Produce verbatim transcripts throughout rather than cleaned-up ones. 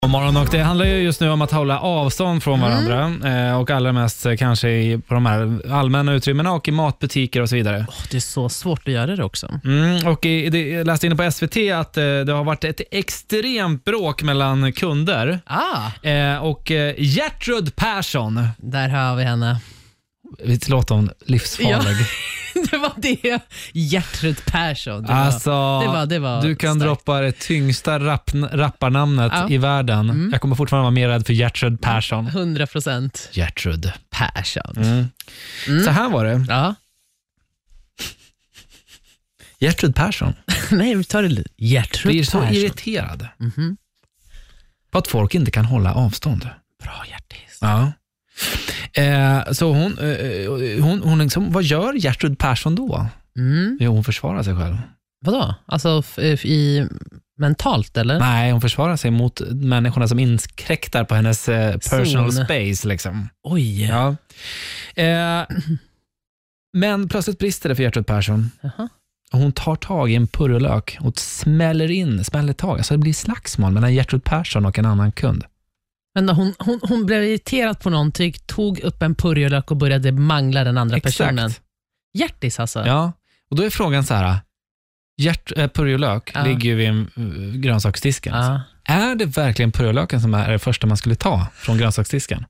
God morgon, och det handlar ju just nu om att hålla avstånd från varandra mm. och allra mest kanske i, på de här allmänna utrymmena och i matbutiker och så vidare. Oh, det är så svårt att göra det också. Mm, och i, det, jag läste inne på S V T att eh, det har varit ett extremt bråk mellan kunder. Ah. Eh, och eh, Gertrud Persson. Där har vi henne. Visst låter hon livsfarlig? Ja. Det var det. Gertrud Persson. Det alltså, var, det var, det var du kan starkt. droppa det tyngsta rap, rapparnamnet ja. i världen. Mm. Jag kommer fortfarande vara mer rädd för Gertrud Persson. hundra procent. Gertrud Persson. Mm. Mm. Så här var det. Ja. Gertrud Persson. Nej, vi tar det lite. Gertrud blir så Persson. irriterad. Mm-hmm. På att folk inte kan hålla avstånd. Bra, Gertis. Ja. Eh, så hon, eh, hon, hon liksom, vad gör Gertrud Persson då? Mm. Jo, hon försvarar sig själv. Vadå? Alltså f- i mentalt eller? Nej, hon försvarar sig mot människorna som inskräktar på hennes eh, personal Zon. space liksom. Oj. Ja. Eh, men plötsligt brister det för Gertrud Persson. Uh-huh. Hon tar tag i en purjolök och smäller in, smäller tag. Alltså det blir slagsmål mellan Gertrud Persson och en annan kund. Men hon, hon, hon blev irriterad på någonting, tog upp en purjolök och började mangla den andra Exakt. personen. Hjärtis alltså. Ja, och då är frågan så här. Hjärt, äh, purjolök ja. ligger ju vid en, uh, grönsaksdisken. Ja. Är det verkligen purjolöken som är det första man skulle ta från grönsaksdisken?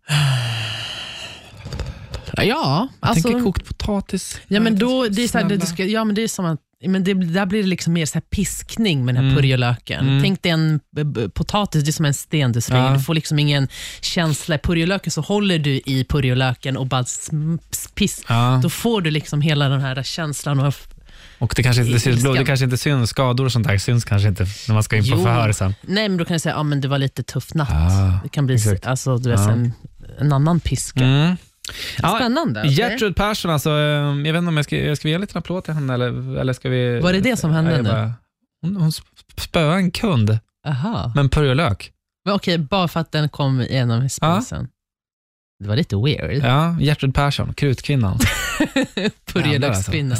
Ja, jag alltså. tänker kokt potatis. Ja, men då det är så här, det, det ska, ja, men det är som att men det, där blir det liksom mer så här piskning med den här mm. purjolöken. Mm. Tänk dig en b- b- potatis, det är som en sten du slänger. Ja. Du får liksom ingen känsla. I purjolöken så håller du i purjolöken och bara piss. Ja. Då får du liksom hela den här känslan. Och, och det kanske inte syns blod, det kanske inte syns skador och sånt där. Syns kanske inte när man ska in på jo. förhör sen. Nej, men då kan jag säga, ja men det var lite tuff natt. Ja, det kan bli alltså, du vet, ja. en, en annan piska. Mm. Spännande. Ja, Gertrud Persson, alltså, jag vet inte om jag ska, jag ska ge en liten applåd till henne eller, eller ska vi... Var det det som hände nu? Bara, hon, hon spöade en kund. Aha. med en purjolök. Men okej, bara för att den kom igenom spisen. Ja. Det var lite weird. Ja, Gertrud Persson, krutkvinnan. Purjolökskvinnan.